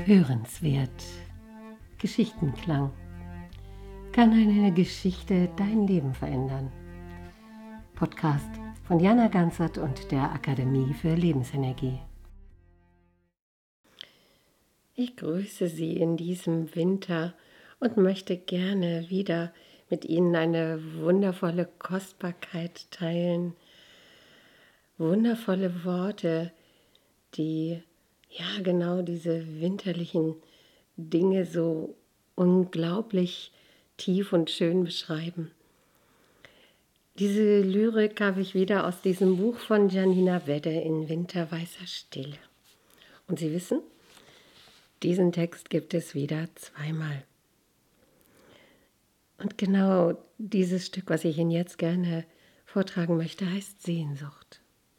Hörenswert. Geschichtenklang. Kann eine Geschichte dein Leben verändern? Podcast von Jana Ganzert und der Akademie für Lebensenergie. Ich grüße Sie in diesem Winter und möchte gerne wieder mit Ihnen eine wundervolle Kostbarkeit teilen. Wundervolle Worte, die genau diese winterlichen Dinge so unglaublich tief und schön beschreiben. Diese Lyrik habe ich wieder aus diesem Buch von Janina Wedde in Winterweißer Stille. Und Sie wissen, diesen Text gibt es wieder zweimal. Und genau dieses Stück, was ich Ihnen jetzt gerne vortragen möchte, heißt Sehnsucht.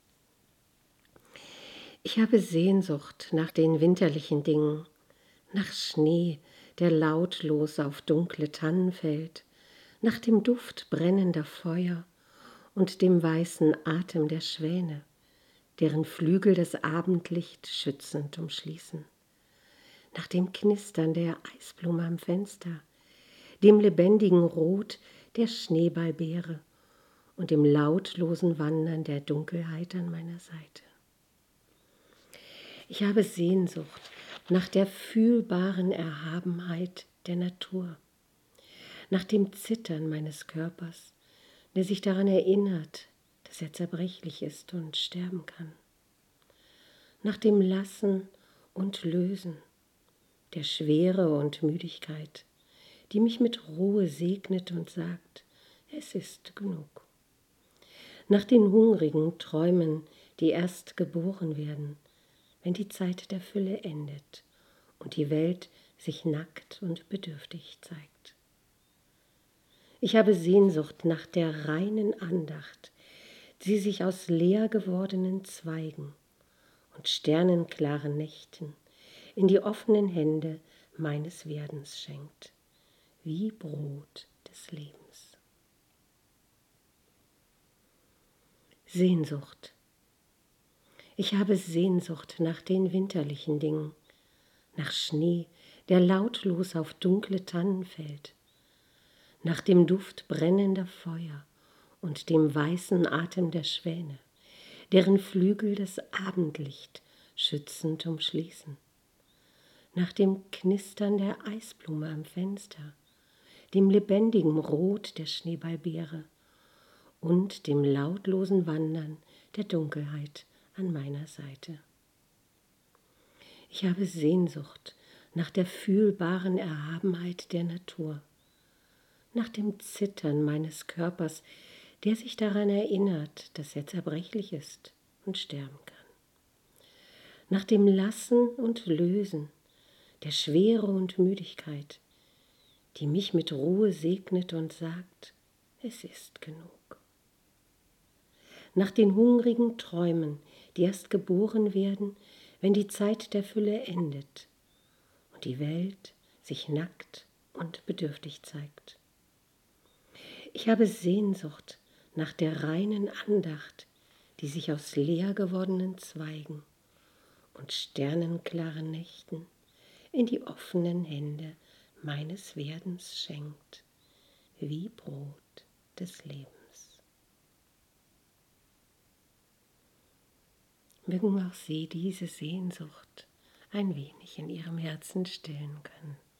Ich habe Sehnsucht nach den winterlichen Dingen, nach Schnee, der lautlos auf dunkle Tannen fällt, nach dem Duft brennender Feuer und dem weißen Atem der Schwäne, deren Flügel das Abendlicht schützend umschließen, nach dem Knistern der Eisblume am Fenster, dem lebendigen Rot der Schneeballbeere und dem lautlosen Wandern der Dunkelheit an meiner Seite. Ich habe Sehnsucht nach der fühlbaren Erhabenheit der Natur, nach dem Zittern meines Körpers, der sich daran erinnert, dass er zerbrechlich ist und sterben kann, nach dem Lassen und Lösen, der Schwere und Müdigkeit, die mich mit Ruhe segnet und sagt, es ist genug, nach den hungrigen Träumen, die erst geboren werden, wenn die Zeit der Fülle endet und die Welt sich nackt und bedürftig zeigt. Ich habe Sehnsucht nach der reinen Andacht, die sich aus leer gewordenen Zweigen und sternenklaren Nächten in die offenen Hände meines Werdens schenkt, wie Brot des Lebens. Sehnsucht. Ich habe Sehnsucht nach den winterlichen Dingen, nach Schnee, der lautlos auf dunkle Tannen fällt, nach dem Duft brennender Feuer und dem weißen Atem der Schwäne, deren Flügel das Abendlicht schützend umschließen, nach dem Knistern der Eisblume am Fenster, dem lebendigen Rot der Schneeballbeere und dem lautlosen Wandern der Dunkelheit an meiner Seite. Ich habe Sehnsucht nach der fühlbaren Erhabenheit der Natur, nach dem Zittern meines Körpers, der sich daran erinnert, dass er zerbrechlich ist und sterben kann, nach dem Lassen und Lösen, der Schwere und Müdigkeit, die mich mit Ruhe segnet und sagt, es ist genug, nach den hungrigen Träumen, die erst geboren werden, wenn die Zeit der Fülle endet und die Welt sich nackt und bedürftig zeigt. Ich habe Sehnsucht nach der reinen Andacht, die sich aus leer gewordenen Zweigen und sternenklaren Nächten in die offenen Hände meines Werdens schenkt, wie Brot des Lebens. Mögen auch Sie diese Sehnsucht ein wenig in Ihrem Herzen stillen können.